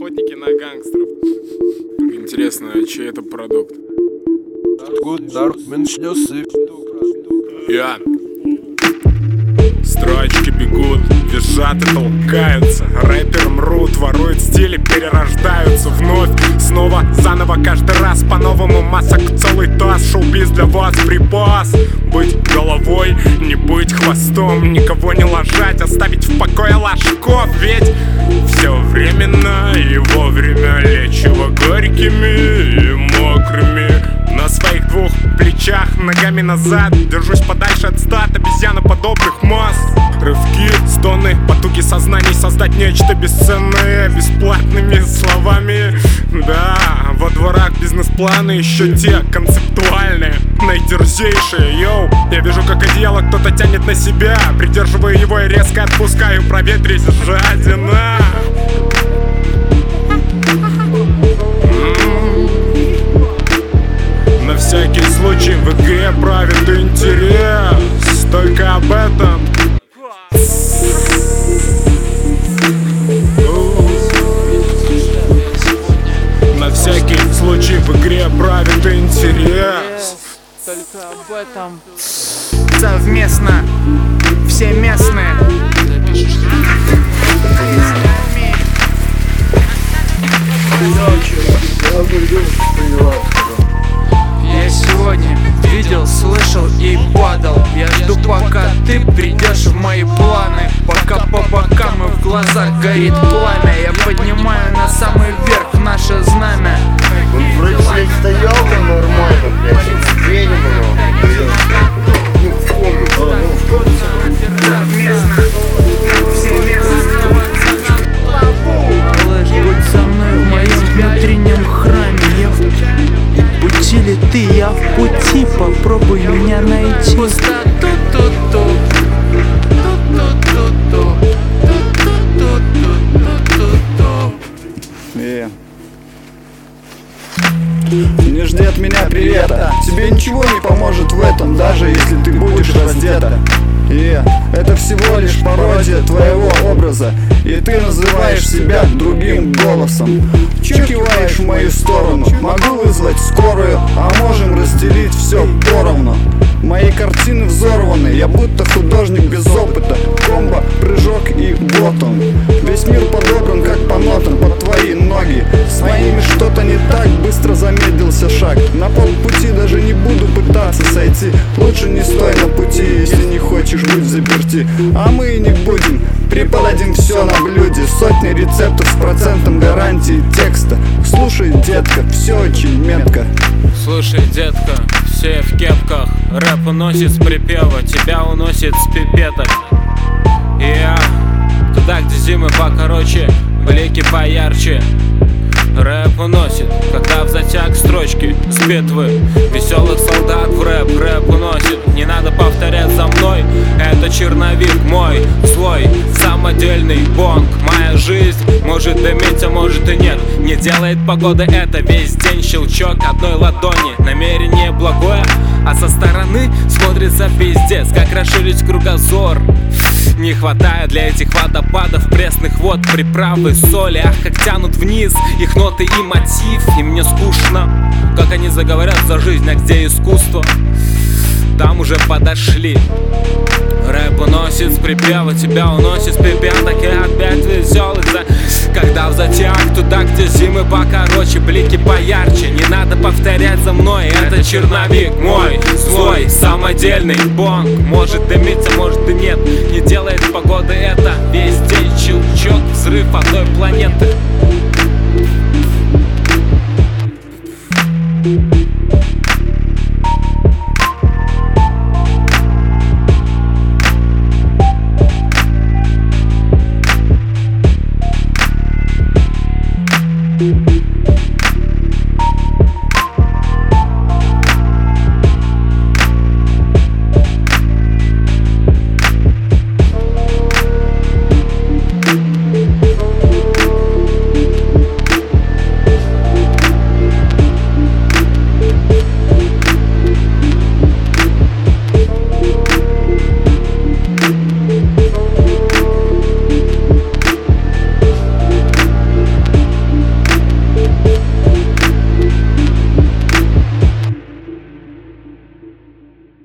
охотники на гангстеров. Интересно, а чей это продукт? Я. Строчки бегут, визжат и толкаются. Рэперы мрут, воруют стили, перерождаются вновь. Снова, заново, каждый раз по-новому. Масок целый таз, шоу-биз для вас припас. Быть головой, не быть хвостом. Никого не ложать, оставить в покое ложков. Ведь все временно и вовремя. Лечиво горькими и мокрыми. На своих двух плечах, ногами назад. Держусь подальше от стад обезьяноподобных масс. Рывки, стоны, потуги сознаний. Создать нечто бесценное бесплатными словами. Да, во дворах бизнес-планы еще те концептуальные, наидерзейшие, йоу. Я вижу, как одеяло кто-то тянет на себя. Придерживаю его и резко отпускаю. Проветрись, жадина. На всякий случай в игре правит интерес. Только об этом. На всякий случай в игре правит интерес. Только об этом. Совместно все местные. Я сегодня видел, слышал и падал. Я жду, пока ты придешь в мои планы. Пока по бокам и в глазах горит пламя. Я поднимаю на самый верх наше знамя. Он вроде, блядь, стоял там нормально, блядь, тренинг ну, в комнату. Будь со мной в моем внутреннем храме. Я в пути ли ты, я в пути. Попробуй меня найти. Не жди от меня привета. Тебе ничего не поможет в этом, даже если ты будешь раздета. Это всего лишь пародия твоего образа. И ты называешь себя другим голосом. Чё киваешь в мою сторону? Могу вызвать скорую, а можем разделить все поровну. Мои картины взорваны, я будто художник без опыта. Комбо, прыжок и вот он. Весь мир подобран как по нотам под твои ноги. С моими что-то не так, быстро замедлился шаг. На полпути даже не буду пытаться сойти. Лучше не стой на пути, если не хочешь быть взаперти. А мы и не будем, преподадим все на блюде. Сотни рецептов с процентом гарантии текста. Слушай, детка, все очень метко. Слушай, детка, все в кепках. Рэп уносит с припева, тебя уносит с пипеток. И я туда, где зимы покороче, блики поярче. Рэп уносит, когда в затяг строчки с битвы. Веселых солдат в рэп уносит. Не надо повторять за мной, это черновик мой, свой, самодельный бонг. Моя жизнь может дымить, а может и нет. Не делает погода это, весь день щелчок одной ладони. Намерение благое, а со стороны смотрится пиздец. Как расширить кругозор. Не хватает для этих водопадов пресных вод, приправы, соли. Ах, как тянут вниз их ноты и мотив. И мне скучно, как они заговорят за жизнь, а где искусство? Там уже подошли. Рэп уносит с припева, тебя уносит с пипеток. И опять веселый, когда в затяг туда, где зимы покороче, блики поярче. Не надо повторять за мной, это черновик мой, свой, самодельный бонг. Может дымить, а может и нет. Не делает погоды это, весь день щелчок, взрыв одной планеты. Thank you.